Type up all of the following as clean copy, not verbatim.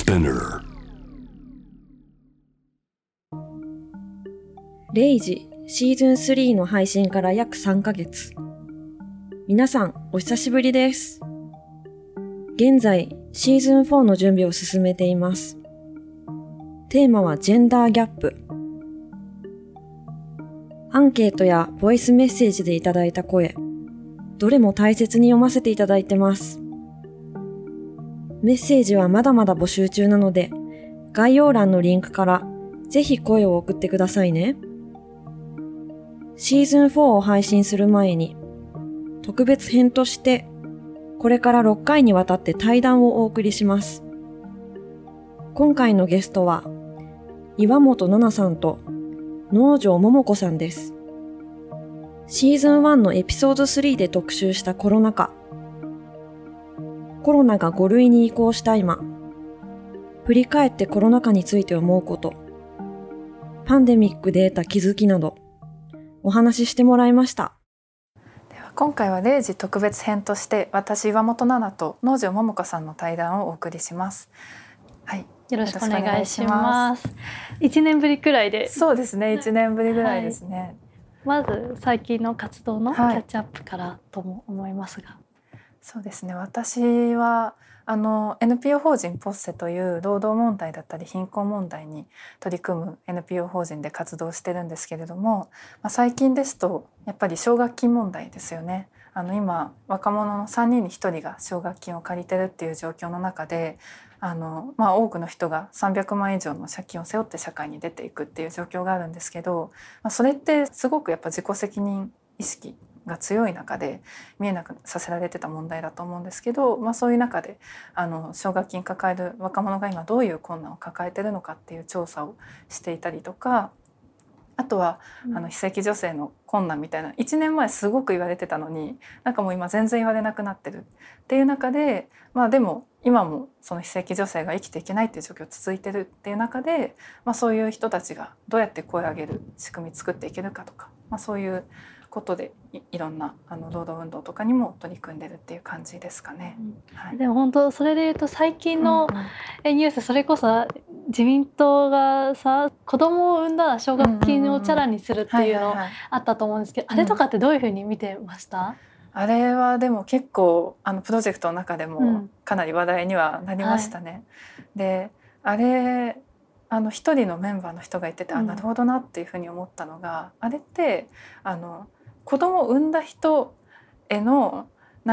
Spinner レイジシーズン3の配信から約3ヶ月。皆さんお久しぶりです。現在シーズン4の準備を進めています。テーマはジェンダーギャップ。アンケートやボイスメッセージでいただいた声、どれも大切に読ませていただいてます。メッセージはまだまだ募集中なので、概要欄のリンクからぜひ声を送ってくださいね。シーズン4を配信する前に、特別編として、これから6回にわたって対談をお送りします。今回のゲストは、岩本奈々さんと能條桃子さんです。シーズン1のエピソード3で特集したコロナ禍。コロナが5類に移行した今、振り返ってコロナ禍について思うこと、パンデミックで得た気づきなど、お話ししてもらいました。 では今回は0時特別編として私岩本奈々と能條桃子さんの対談をお送りします。はい、 よろしくお願いします。1年ぶりくらいで。 そうですね、1年ぶりぐらいですね。 まず最近の活動のキャッチアップからとも思いますが、 そうですね、私はNPO 法人ポッセという労働問題だったり貧困問題に取り組む NPO 法人で活動してるんですけれども、最近ですとやっぱり奨学金問題ですよね。今若者の3人に1人が奨学金を借りてるっていう状況の中で多くの人が300万以上の借金を背負って社会に出ていくっていう状況があるんですけど、それってすごくやっぱ自己責任意識が強い中で見えなくさせられてた問題だと思うんですけど、そういう中で奨学金抱える若者が今どういう困難を抱えてるのかっていう調査をしていたりとか、あとは非正規女性の困難みたいな1年前すごく言われてたのにもう今全然言われなくなってるっていう中で、でも今もその非正規女性が生きていけないっていう状況続いてるっていう中で、そういう人たちがどうやって声を上げる仕組み作っていけるかとか、そういうことでいろんな労働運動とかにも取り組んでるっていう感じですかね。はい、 でも本当それで言うと最近のニュース、それこそ自民党が子供を産んだら奨学金をチャラにするっていうのあったと思うんですけど、あれとかってどういうふうに見てました？ あれはでも結構プロジェクトの中でもかなり話題にはなりましたね。であれ一人のメンバーの人が言ってて、なるほどなっていうふうに思ったのが、あれって子供を産んだ人への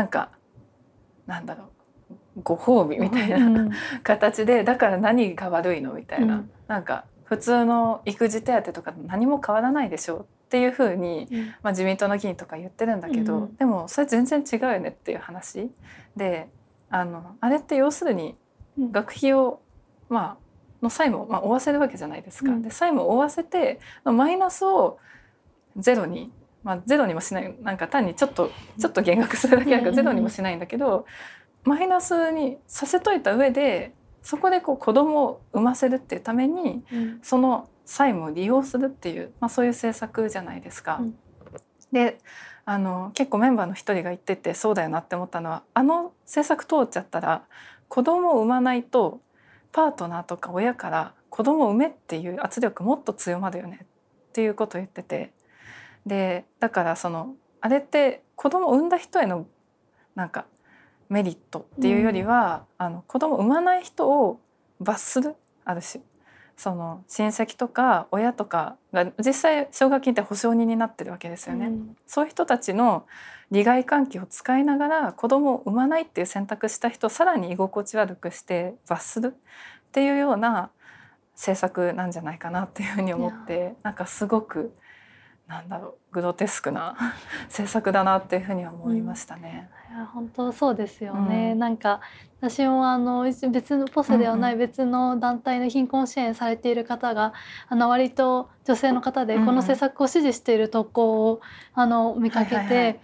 ご褒美みたいな形で、だから何が悪いのみたいな、普通の育児手当とか何も変わらないでしょっていうふうに、自民党の議員とか言ってるんだけど、でもそれ全然違うよねっていう話で、あれって要するに学費をの債務を負わせるわけじゃないですか。で債務を負わせてマイナスをゼロに、ゼロにもしない、単にちょっと減額するだけだからゼロにもしないんだけど、マイナスにさせといた上でそこで子供を産ませるっていうために、その債務を利用するっていう、そういう政策じゃないですか。で結構メンバーの一人が言っててそうだよなって思ったのは、政策通っちゃったら子供を産まないとパートナーとか親から子供を産めっていう圧力もっと強まるよねっていうことを言ってて、でだからあれって子供を産んだ人へのメリットっていうよりは、子供を産まない人を罰する、ある種親戚とか親とかが実際奨学金って保証人になってるわけですよね。そういう人たちの利害関係を使いながら子供を産まないっていう選択した人をさらに居心地悪くして罰するっていうような政策なんじゃないかなっていうふうに思って、すごくグロテスクな政策だなっていうふうには思いましたね。 いや本当そうですよね。私も別のポセではない別の団体の貧困支援されている方が割と女性の方でこの政策を支持している投稿を見かけて、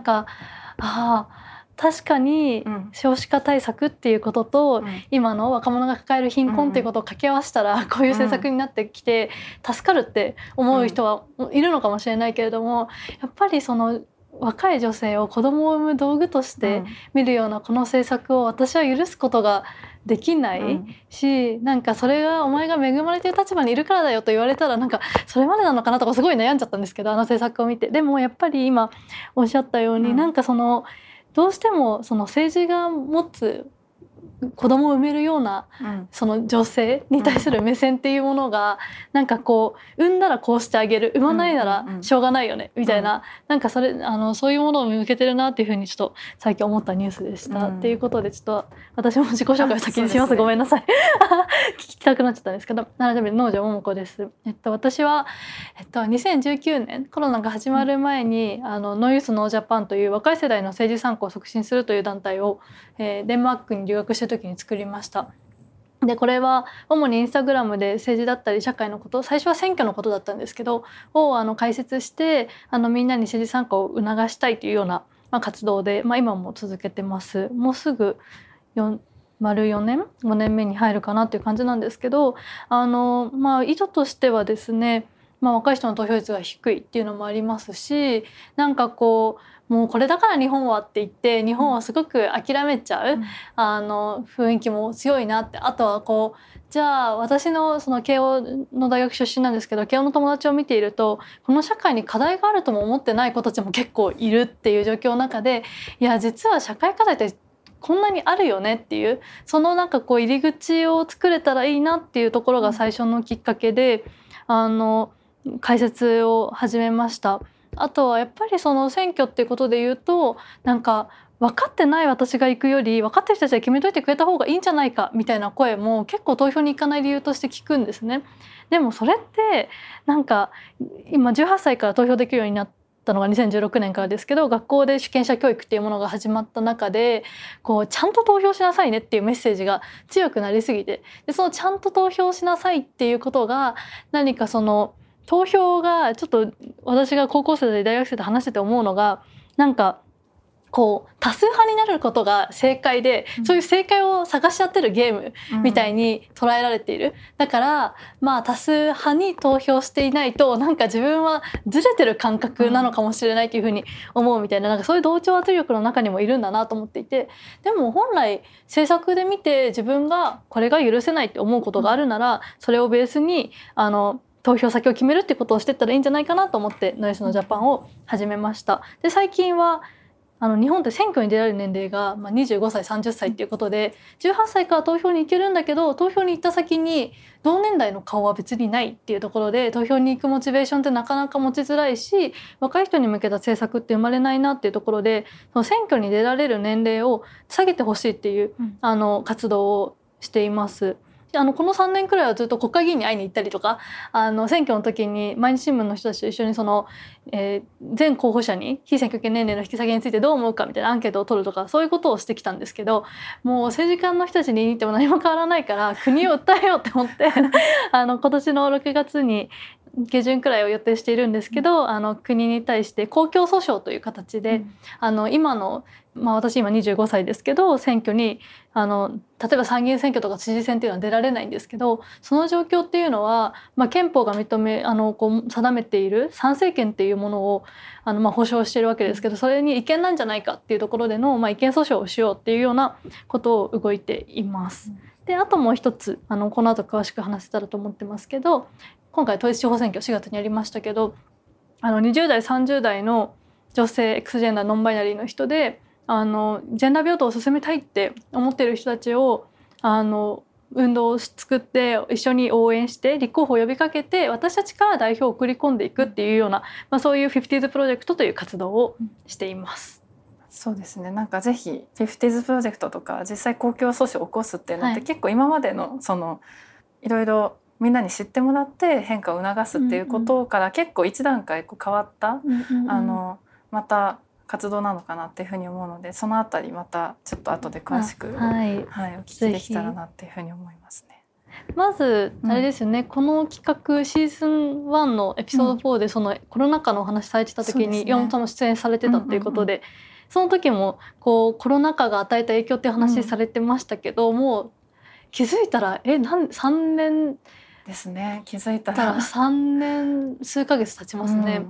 確かに少子化対策っていうことと、今の若者が抱える貧困っていうことを掛け合わせたらこういう政策になってきて助かるって思う人はいるのかもしれないけれども、やっぱり若い女性を子供を産む道具として見るようなこの政策を私は許すことができないし、なんかそれがお前が恵まれている立場にいるからだよと言われたらなんかそれまでなのかなとかすごい悩んじゃったんですけど、あの政策を見て。でもやっぱり今おっしゃったように、なんかそのどうしてもその政治が持つ子供を産めるようなその女性に対する目線っていうものがなんかこう産んだらこうしてあげる、産まないならしょうがないよねみたいな、なんかそういうものを向けてるなっていうふうにちょっと最近思ったニュースでした、っていうことでちょっと私も自己紹介を先にします、ごめんなさい聞きたくなっちゃったんですけど、改めて能條桃子です。私は、2019年コロナが始まる前にノーユースノージャパンという若い世代の政治参考を促進するという団体を、デンマークに留学してる時に作りました。でこれは主にインスタグラムで政治だったり社会のこと、最初は選挙のことだったんですけどを解説してみんなに政治参加を促したいというような、活動で、今も続けてます。もうすぐ丸4年5年目に入るかなっていう感じなんですけど、意図としてはですね、若い人の投票率が低いっていうのもありますし、なんかこうもうこれだから日本はって言って日本はすごく諦めちゃう、雰囲気も強いなって。あとはこうじゃあ私のその慶応の大学出身なんですけど、慶応の友達を見ているとこの社会に課題があるとも思ってない子たちも結構いるっていう状況の中で、いや実は社会課題ってこんなにあるよねっていう、そのなんかこう入り口を作れたらいいなっていうところが最初のきっかけで解説を始めました。あとはやっぱりその選挙っていうことで言うと、なんか分かってない私が行くより分かってる人たちが決めといてくれた方がいいんじゃないかみたいな声も結構投票に行かない理由として聞くんですね。でもそれってなんか今18歳から投票できるようになったのが2016年からですけど、学校で主権者教育っていうものが始まった中でこうちゃんと投票しなさいねっていうメッセージが強くなりすぎて、でそのちゃんと投票しなさいっていうことが何かその投票がちょっと私が高校生で大学生と話してて思うのが、なんかこう多数派になることが正解で、そういう正解を探し合ってるゲームみたいに捉えられている。だから多数派に投票していないとなんか自分はずれてる感覚なのかもしれないというふうに思うみたいな、なんかそういう同調圧力の中にもいるんだなと思っていて、でも本来政策で見て自分がこれが許せないって思うことがあるなら、それをベースに投票先を決めるってことをしていったらいいんじゃないかなと思ってノイズのジャパンを始めました。で最近は日本って選挙に出られる年齢が25歳30歳っていうことで、18歳から投票に行けるんだけど投票に行った先に同年代の顔は別にないっていうところで投票に行くモチベーションってなかなか持ちづらいし、若い人に向けた政策って生まれないなっていうところで、その選挙に出られる年齢を下げてほしいっていう活動をしています。この3年くらいはずっと国会議員に会いに行ったりとか、選挙の時に毎日新聞の人たちと一緒に全候補者に被選挙権年齢の引き下げについてどう思うかみたいなアンケートを取るとか、そういうことをしてきたんですけど、もう政治家の人たちに言いに行っても何も変わらないから国を訴えようって思って今年の6月に下旬くらいを予定しているんですけど、国に対して公共訴訟という形で、今の、私今25歳ですけど選挙に例えば参議院選挙とか知事選っていうのは出られないんですけど、その状況っていうのは、憲法が定めている参政権っていうものを保障しているわけですけど、それに違憲なんじゃないかっていうところでの、違憲訴訟をしようっていうようなことを動いています。であともう一つこの後詳しく話せたらと思ってますけど、今回統一地方選挙4月にやりましたけど、20代30代の女性 X ジェンダーノンバイナリーの人でジェンダー平等を進めたいって思っている人たちを運動を作って一緒に応援して立候補を呼びかけて、私たちから代表を送り込んでいくっていうような、そういう 50s プロジェクトという活動をしています。 そうですね、なんかぜひ 50s プロジェクトとか実際公共訴訟を起こすっていうのって、結構今までのいろいろみんなに知ってもらって変化を促すっていうことから結構一段階変わった、また活動なのかなっていうふうに思うので、そのあたりまたちょっと後で詳しく、お聞きできたらなっていうふうに思いますね。 まずあれですよね、この企画シーズン1のエピソード4でそのコロナ禍のお話されてた時に岩本さんも出演されてたっていうことで、その時もコロナ禍が与えた影響っていう話されてましたけど、もう気づいたら3年ですね。気づいたら 3年数ヶ月経ちますね。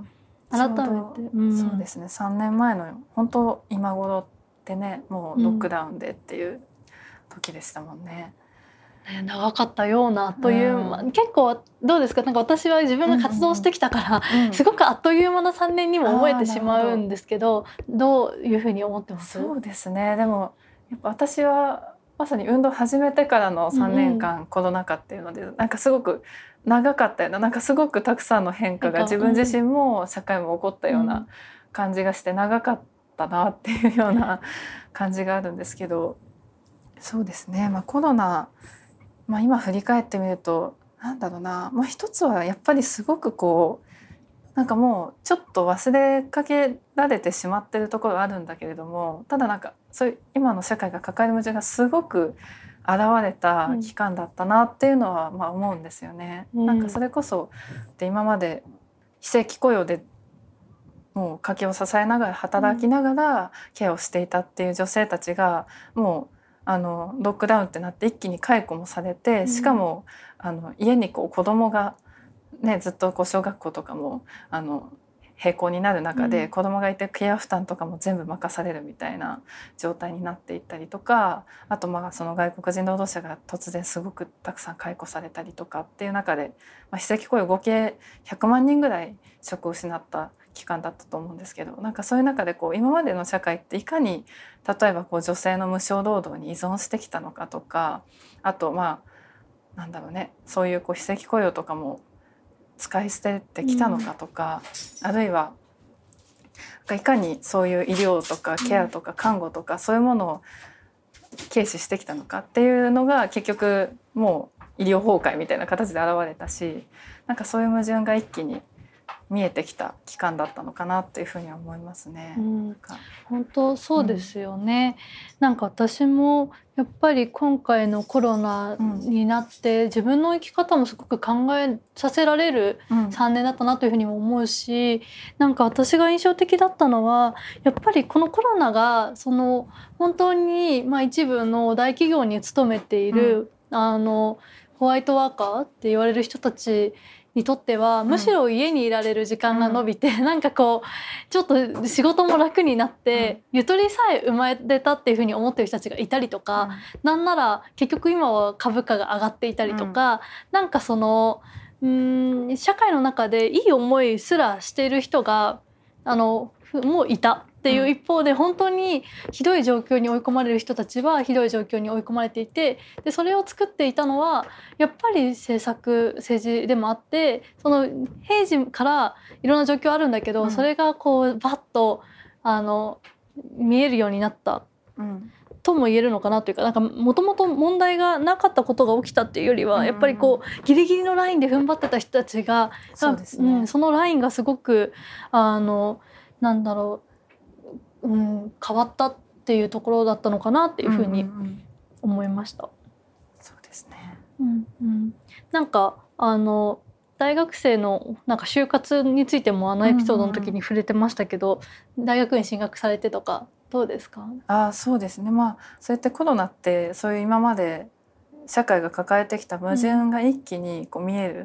改めて、 そうですね、3年前の本当今頃ってね、もうロックダウンでっていう時でしたもんね。 長かったようなあっという間、結構どうですか？なんか私は自分が活動してきたから、すごくあっという間な3年にも思えてしまうんですけど、どういうふうに思ってます？ そうですね、でもやっぱ私はまさに運動始めてからの3年間、コロナ禍っていうのでなんかすごく長かったような、なんかすごくたくさんの変化が自分自身も社会も起こったような感じがして長かったなっていうような感じがあるんですけど、そうですね、コロナ、今振り返ってみるとなんだろうな、一つはやっぱりすごくこうなんかもうちょっと忘れかけられてしまってるところはあるんだけれども、ただなんかそういう今の社会が抱える矛盾がすごく現れた期間だったなっていうのは思うんですよね。なんかそれこそで今まで非正規雇用でもう家計を支えながら働きながらケアをしていたっていう女性たちがもうロックダウンってなって一気に解雇もされて、しかも家にこう子供がね、ずっとこう小学校とかも閉校になる中で子供がいてケア負担とかも全部任されるみたいな状態になっていったりとか、あとその外国人労働者が突然すごくたくさん解雇されたりとかっていう中で、非正規雇用合計100万人ぐらい職を失った期間だったと思うんですけど、なんかそういう中でこう今までの社会っていかに例えばこう女性の無償労働に依存してきたのかとか、あとなんだろうね、そういうこう非正規雇用とかも使い捨ててきたのかとか、あるいはいかにそういう医療とかケアとか看護とかそういうものを軽視してきたのかっていうのが結局もう医療崩壊みたいな形で現れたし、なんかそういう矛盾が一気に見えてきた期間だったのかなっていうふうには思いますね。 本当そうですよね。なんか私もやっぱり今回のコロナになって自分の生き方もすごく考えさせられる3年だったなというふうにも思うし、なんか私が印象的だったのはやっぱりこのコロナが本当に一部の大企業に勤めている、ホワイトワーカーって言われる人たちにとってはむしろ家にいられる時間が延びて、なんかこうちょっと仕事も楽になって、ゆとりさえ生まれたっていうふうに思ってる人たちがいたりとか、なんなら結局今は株価が上がっていたりとか、なんか社会の中でいい思いすらしている人がもういたっていう一方で、本当にひどい状況に追い込まれる人たちはひどい状況に追い込まれていて、でそれを作っていたのはやっぱり政治でもあって、平時からいろんな状況あるんだけど、それがこうバッと見えるようになった、とも言えるのかなというか、なんかもともと問題がなかったことが起きたっていうよりは、やっぱりこうギリギリのラインで踏ん張ってた人たちがそのラインがすごくなんだろう、変わったっていうところだったのかなっていうふうに思いました。 そうですね。 なんか大学生のなんか就活についてもエピソードの時に触れてましたけど、大学院進学されてとかどうですか？ そうですね。そうやってコロナってそういう今まで社会が抱えてきた矛盾が一気にこう見える、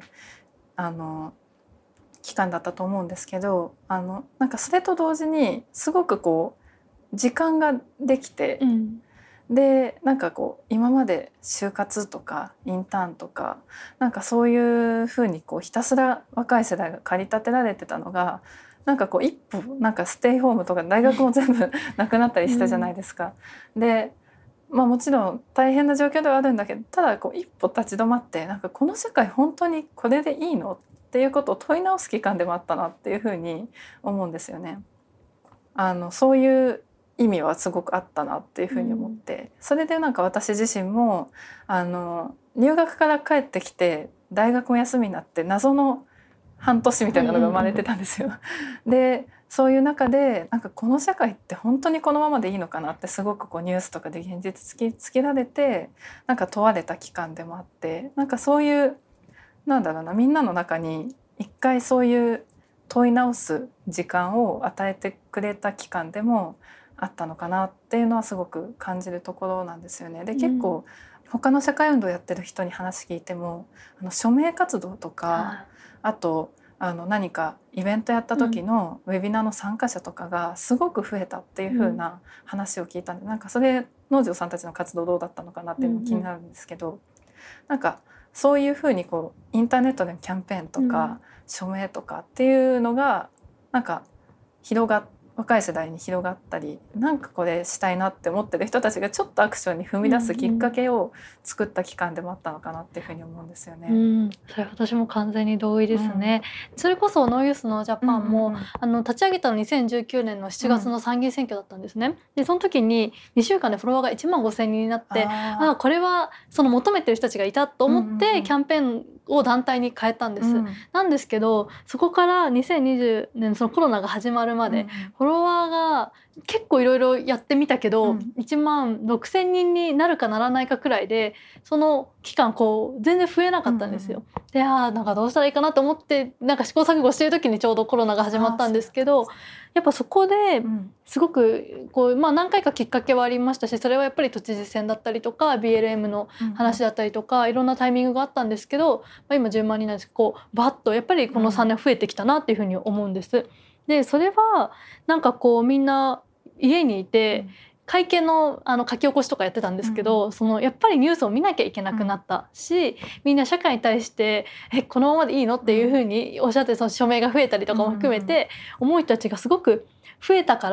期間だったと思うんですけど、なんかそれと同時にすごくこう時間ができて、でなんかこう今まで就活とかインターンとかなんかそういうふうにこうひたすら若い世代が駆り立てられてたのが、なんかこう一歩なんかステイホームとか大学も全部なくなったりしたじゃないですか。でもちろん大変な状況ではあるんだけど、ただこう一歩立ち止まって、なんかこの世界本当にこれでいいのっていうことを問い直す期間でもあったなっていうふうに思うんですよね。そういう意味はすごくあったなっていうふうに思って、それでなんか私自身も入学から帰ってきて大学も休みになって謎の半年みたいなのが生まれてたんですよ。でそういう中でなんかこの社会って本当にこのままでいいのかなってすごくこうニュースとかで現実つけられて、なんか問われた期間でもあって、なんかそういうなんだろうな、みんなの中に一回そういう問い直す時間を与えてくれた期間でもあったのかなっていうのはすごく感じるところなんですよね。で結構他の社会運動やってる人に話聞いても署名活動とか、あと何かイベントやった時のウェビナーの参加者とかがすごく増えたっていう風な話を聞いたんで、なんかそれ農場さんたちの活動どうだったのかなっていうのも気になるんですけど、なんかそういう風にこうインターネットでのキャンペーンとか、署名とかっていうのがなんか若い世代に広がったり、なんかこれしたいなって思ってる人たちがちょっとアクションに踏み出すきっかけを作った期間でもあったのかなっていうふうに思うんですよね。 それ私も完全に同意ですね。それこそノーユースのジャパンも、立ち上げたの2019年の7月の参議院選挙だったんですね。でその時に2週間でフォロワーが1万5,000人になって、これはその求めてる人たちがいたと思ってキャンペーンを団体に変えたんです。なんですけどそこから2020年そのコロナが始まるまで、フォロワーが結構いろいろやってみたけど、1万6,000人になるかならないかくらいでその期間こう全然増えなかったんですよ。でなんかどうしたらいいかなと思ってなんか試行錯誤してる時にちょうどコロナが始まったんですけど、やっぱそこですごくこう、何回かきっかけはありましたし、それはやっぱり都知事選だったりとか BLM の話だったりとか、いろんなタイミングがあったんですけど、今10万人なんですけどこうバッとやっぱりこの3年増えてきたなっていうふうに思うんです。でそれはなんかこうみんな家にいて会見の書き起こしとかやってたんですけど、そのやっぱりニュースを見なきゃいけなくなったし、みんな社会に対してこのままでいいのっていうふうにおっしゃって、その署名が増えたりとかも含めて思う人たちがすごく増えたから、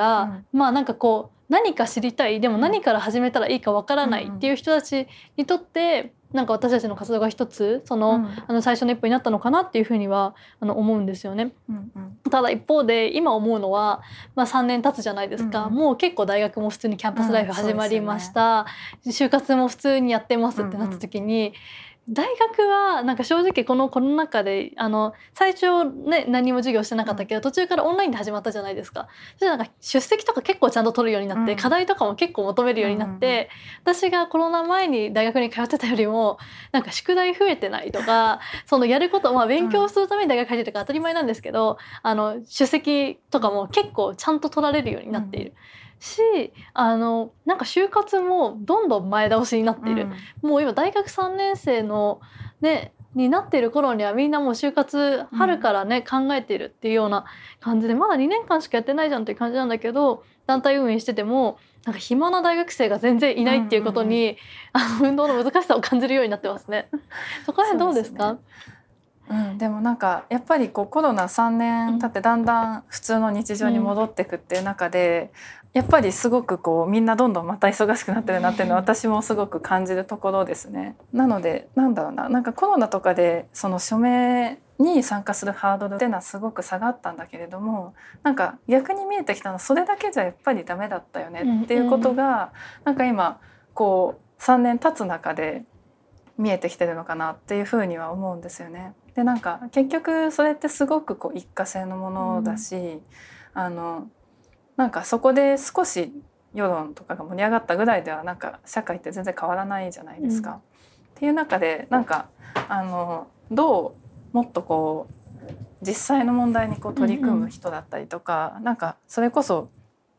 なんかこう何か知りたい、でも何から始めたらいいかわからないっていう人たちにとってなんか私たちの活動が一つ最初の一歩になったのかなっていうふうには思うんですよね。ただ一方で今思うのは、3年経つじゃないですか。もう結構大学も普通にキャンパスライフ始まりました、就活も普通にやってますってなった時に、大学はなんか正直このコロナ禍で最初ね何も授業してなかったけど、途中からオンラインで始まったじゃないですか。そしたらなんか出席とか結構ちゃんと取るようになって、課題とかも結構求めるようになって、私がコロナ前に大学に通ってたよりもなんか宿題増えてないとか、そのやること勉強するために大学入ってるから当たり前なんですけど、出席とかも結構ちゃんと取られるようになっている。しなんか就活もどんどん前倒しになっている、もう今大学3年生のねになっている頃にはみんなもう就活春からね、考えているっていうような感じで、まだ2年間しかやってないじゃんっていう感じなんだけど、団体運営しててもなんか暇な大学生が全然いないっていうことに、運動の難しさを感じるようになってますね。そこら辺どうですか？ でもなんかやっぱりこうコロナ3年経ってだんだん普通の日常に戻っていくっていう中で、やっぱりすごくこうみんなどんどんまた忙しくなってるなっていうのは私もすごく感じるところですね。なのでなんかコロナとかでその署名に参加するハードルっていうのはすごく下がったんだけれども、なんか逆に見えてきたのはそれだけじゃやっぱりダメだったよねっていうことが、なんか今こう3年経つ中で見えてきてるのかなっていうふうには思うんですよね。でなんか結局それってすごくこう一過性のものだし、なんかそこで少し世論とかが盛り上がったぐらいではなんか社会って全然変わらないじゃないですか。っていう中でなんかどうもっとこう実際の問題にこう取り組む人だったりとか、なんかそれこそ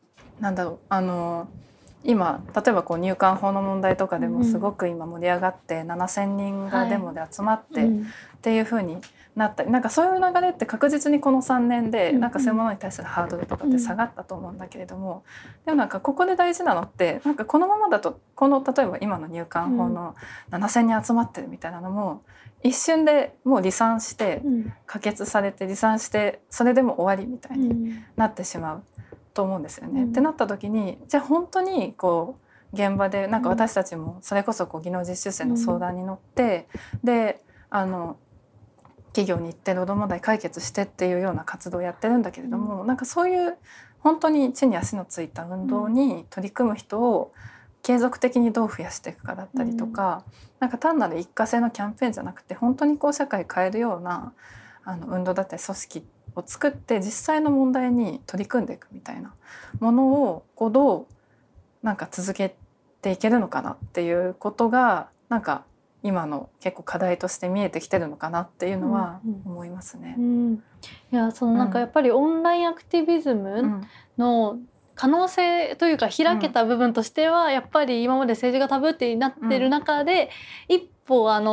今例えばこう入管法の問題とかでもすごく今盛り上がって7,000人がデモで集まってっていう風になったり、なんかそういう流れって確実にこの3年でなんかそういうものに対するハードルとかって下がったと思うんだけれども、でもなんかここで大事なのってなんかこのままだと例えば今の入管法の7,000人集まってるみたいなのも一瞬でもう離散して可決されて離散してそれでも終わりみたいになってしまうと思うんですよね。ってなった時にじゃあ本当にこう現場でなんか私たちもそれこそこう技能実習生の相談に乗って、で企業に行って労働問題解決してっていうような活動をやってるんだけれども、なんかそういう本当に地に足のついた運動に取り組む人を継続的にどう増やしていくかだったりとか、なんか単なる一過性のキャンペーンじゃなくて本当にこう社会を変えるような運動だったり組織を作って実際の問題に取り組んでいくみたいなものをこうどうなんか続けていけるのかなっていうことがなんか今の結構課題として見えてきてるのかなっていうのは思いますね。 いやそのなんかやっぱりオンラインアクティビズムの可能性というか開けた部分としてはやっぱり今まで政治がタブーってなってる中で一歩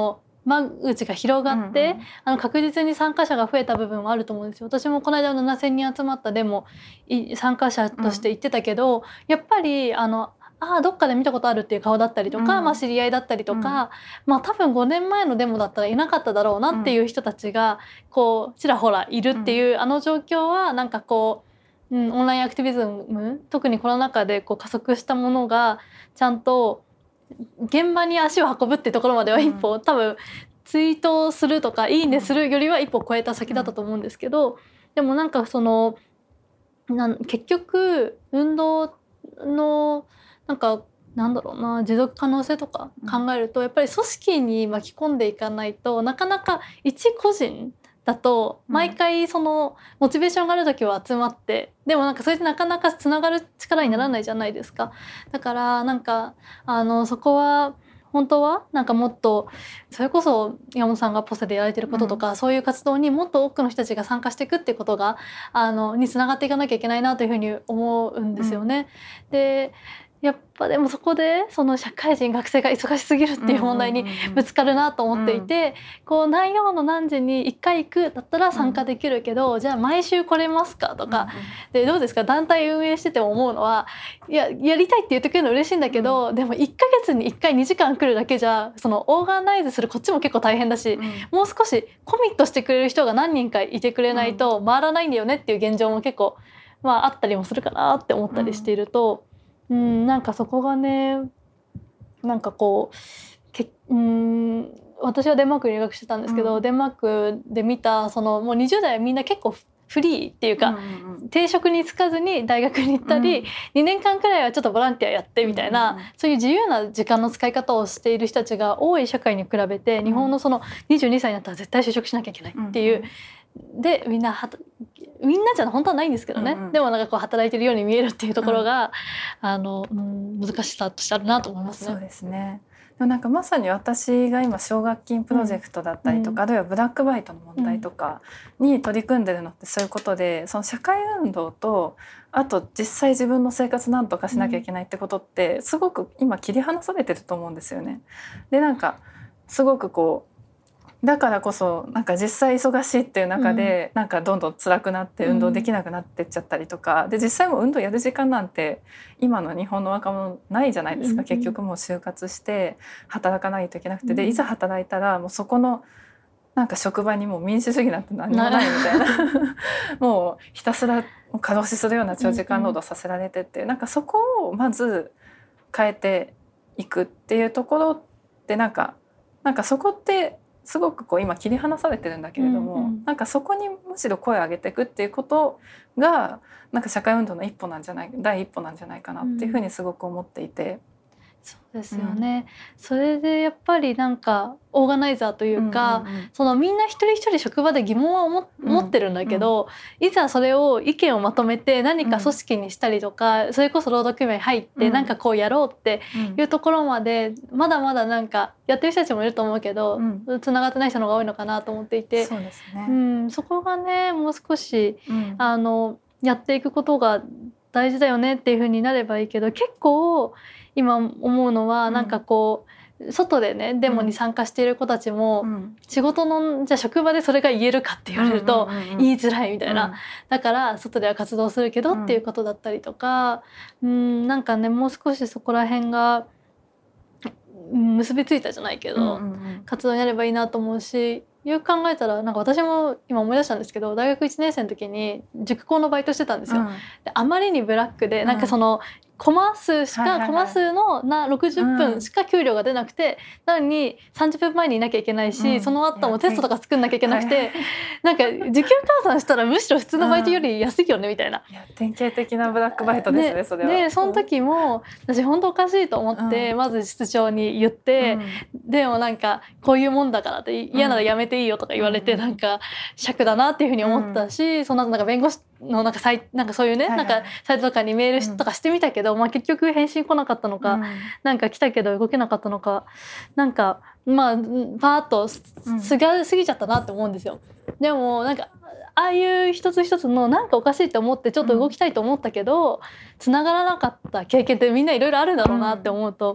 間口が広がって、確実に参加者が増えた部分はあると思うんですよ。私もこの間7,000人集まったデモ参加者として行ってたけど、やっぱりどっかで見たことあるっていう顔だったりとか、知り合いだったりとか、多分5年前のデモだったらいなかっただろうなっていう人たちがこうちらほらいるっていう、状況はなんかこう、オンラインアクティビズム、特にコロナ禍でこう加速したものがちゃんと現場に足を運ぶっていうところまでは一歩、多分ツイートするとかいいねするよりは一歩超えた先だったと思うんですけど、でもなんかその結局運動のなんかなんだろうな、持続可能性とか考えると、やっぱり組織に巻き込んでいかないとなかなか一個人だと毎回そのモチベーションがある時は集まって、でもなんかそれでなかなかつながる力にならないじゃないですか。だからなんかそこは本当はなんかもっとそれこそ山本さんがポセでやられてることとか、そういう活動にもっと多くの人たちが参加していくっていうことがにつながっていかなきゃいけないなというふうに思うんですよね。でやっぱでもそこでその社会人学生が忙しすぎるっていう問題にぶつかるなと思っていて、こう何曜の何時に1回行くだったら参加できるけど、じゃあ毎週来れますかとか、でどうですか、団体運営してても思うのは、やりたいって言ってくれるの嬉しいんだけど、でも1ヶ月に1回2時間来るだけじゃそのオーガナイズするこっちも結構大変だし、もう少しコミットしてくれる人が何人かいてくれないと回らないんだよねっていう現状も結構あったりもするかなって思ったりしていると。なんかそこがね、なんかこう私はデンマークに留学してたんですけど、デンマークで見たそのもう20代はみんな結構フリーっていうか、定職に就かずに大学に行ったり、2年間くらいはちょっとボランティアやってみたいな、そういう自由な時間の使い方をしている人たちが多い社会に比べて、日本のその22歳になったら絶対就職しなきゃいけないっていう、でみんなじゃ本当はないんですけどね、でもなんかこう働いてるように見えるっていうところが、難しさとしてあるなと思いますね。 そうですね。でもなんかまさに私が今奨学金プロジェクトだったりとか、あるいはブラックバイトの問題とかに取り組んでるのってそういうことで、その社会運動とあと実際自分の生活なんとかしなきゃいけないってことってすごく今切り離されてると思うんですよね。でなんかすごくこうだからこそなんか実際忙しいっていう中でなんかどんどん辛くなって運動できなくなってっちゃったりとかで、実際も運動やる時間なんて今の日本の若者ないじゃないですか。結局もう就活して働かないといけなくて、でいざ働いたらもうそこのなんか職場にもう民主主義なんて何もないみたいなもうひたすら過労死するような長時間労働させられてって、なんかそこをまず変えていくっていうところってなんかそこってすごくこう今切り離されてるんだけれども、なんかそこにむしろ声を上げていくっていうことがなんか社会運動の第一歩なんじゃないかなっていうふうにすごく思っていて。 そうですよね、それでやっぱりなんかオーガナイザーというか、そのみんな一人一人職場で疑問は持ってるんだけど、いざそれを意見をまとめて何か組織にしたりとか、それこそ労働組合に入ってなんかこうやろうっていうところまでまだまだなんかやってる人たちもいると思うけど、つながってない人の方が多いのかなと思っていて、 そうですね、 そこがねもう少し、やっていくことが大事だよねっていう風になればいいけど、結構今思うのはなんかこう外でねデモに参加している子たちも、仕事のじゃあ職場でそれが言えるかって言われると言いづらいみたいな、だから外では活動するけどっていうことだったりとか、なんかねもう少しそこら辺が結びついたじゃないけど、活動になればいいなと思うし、よく考えたらなんか私も今思い出したんですけど、大学1年生の時に塾講のバイトしてたんですよ。であまりにブラックでなんかそのコマ数の60分しか給料が出なくて、なのに30分前にいなきゃいけないし、その後もテストとか作んなきゃいけなくて、なんか時給換算したらむしろ普通のバイトより安いよねみたいな。 いや典型的なブラックバイトですね、それは。 でその時も私本当おかしいと思って、まず室長に言って、でもなんかこういうもんだからって嫌ならやめていいよとか言われて、なんか尺だなっていうふうに思ったし、その後なんか弁護士のなんかそういうね、なんかサイトとかにメールとかしてみたけど、結局返信来なかったのか、なんか来たけど動けなかったのか、なんかパーッと過ぎちゃったなって思うんですよ。でもなんかああいう一つ一つのなんかおかしいと思ってちょっと動きたいと思ったけど、繋がらなかった経験ってみんないろいろあるんだろうなって思うと、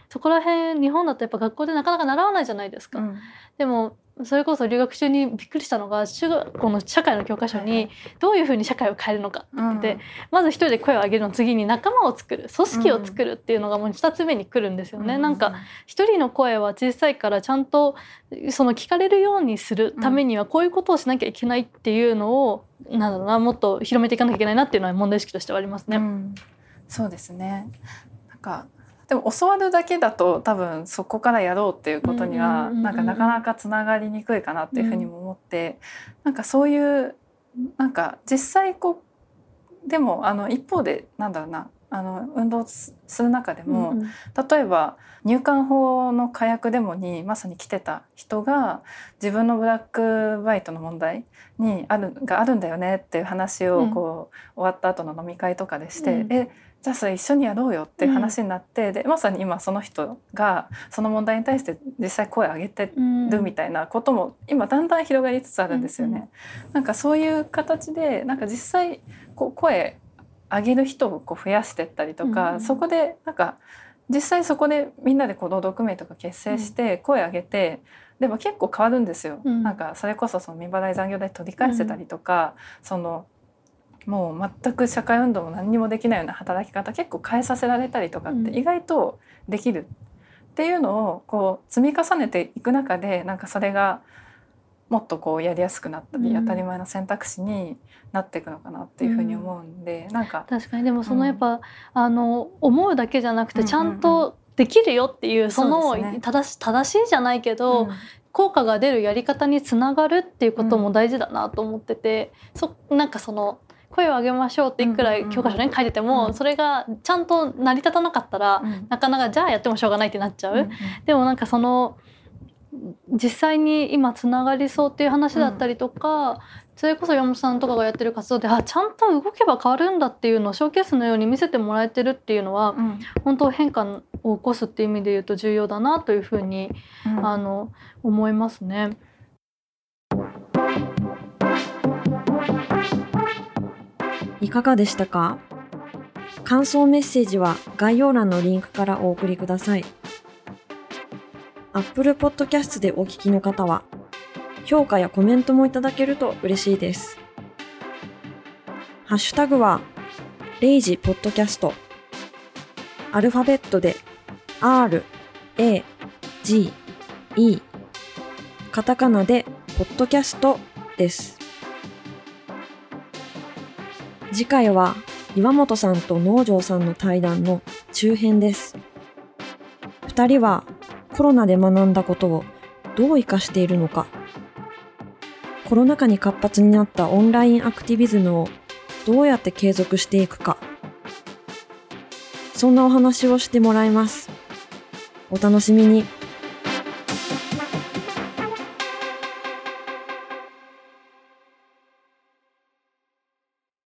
そこら辺日本だとやっぱ学校でなかなか習わないじゃないですか。でもそれこそ留学中にびっくりしたのが、中学校の社会の教科書にどういうふうに社会を変えるのかって言ってて、まず一人で声を上げるの次に仲間を作る、組織を作るっていうのがもう2つ目に来るんですよね。なんか一人の声は小さいからちゃんとその聞かれるようにするためにはこういうことをしなきゃいけないっていうのをなんだろうな、もっと広めていかなきゃいけないなっていうのは問題意識としてはありますね。 そうですね。なんかでも教わるだけだと多分そこからやろうっていうことにはなかなかつながりにくいかなっていうふうにも思って、なんかそういうなんか実際こうでも一方でなんだろうな、運動する中でも、例えば入管法の火薬デモにまさに来てた人が自分のブラックバイトの問題があるんだよねっていう話をこう、終わった後の飲み会とかでして、じゃあそれ一緒にやろうよっていう話になって、でまさに今その人がその問題に対して実際声を上げてるみたいなことも今だんだん広がりつつあるんですよね。なんかそういう形でなんか実際こう声上げる人をこう増やしていったりとか、そこでなんか実際そこでみんなでこう労働組合とか結成して声上げて、でも結構変わるんですよ。なんかそれこそその未払い残業代取り返せたりとか、そのもう全く社会運動も何にもできないような働き方結構変えさせられたりとかって意外とできるっていうのをこう積み重ねていく中で、なんかそれがもっとこうやりやすくなったり、当たり前の選択肢になっていくのかなっていうふうに思うんで、なんか確かにでもそのやっぱ、思うだけじゃなくてちゃんとできるよっていう、その正しいじゃないけど、効果が出るやり方につながるっていうことも大事だなと思ってて、なんかその声を上げましょうっていくら教科書に書いてても、それがちゃんと成り立たなかったら、なかなかじゃあやってもしょうがないってなっちゃう。でもなんかその実際に今つながりそうっていう話だったりとか、それこそ山本さんとかがやってる活動でちゃんと動けば変わるんだっていうのをショーケースのように見せてもらえてるっていうのは、本当変化を起こすっていう意味で言うと重要だなというふうに、思いますね。 いかがでしたか？感想メッセージは概要欄のリンクからお送りください。Apple Podcast でお聞きの方は、評価やコメントもいただけると嬉しいです。ハッシュタグは、レイジポッドキャスト。アルファベットで、R、A、G、E。カタカナで、ポッドキャストです。次回は、岩本さんと農場さんの対談の中編です。二人は、コロナで学んだことをどう生かしているのか、コロナ禍に活発になったオンラインアクティビズムをどうやって継続していくか、そんなお話をしてもらいます。お楽しみに。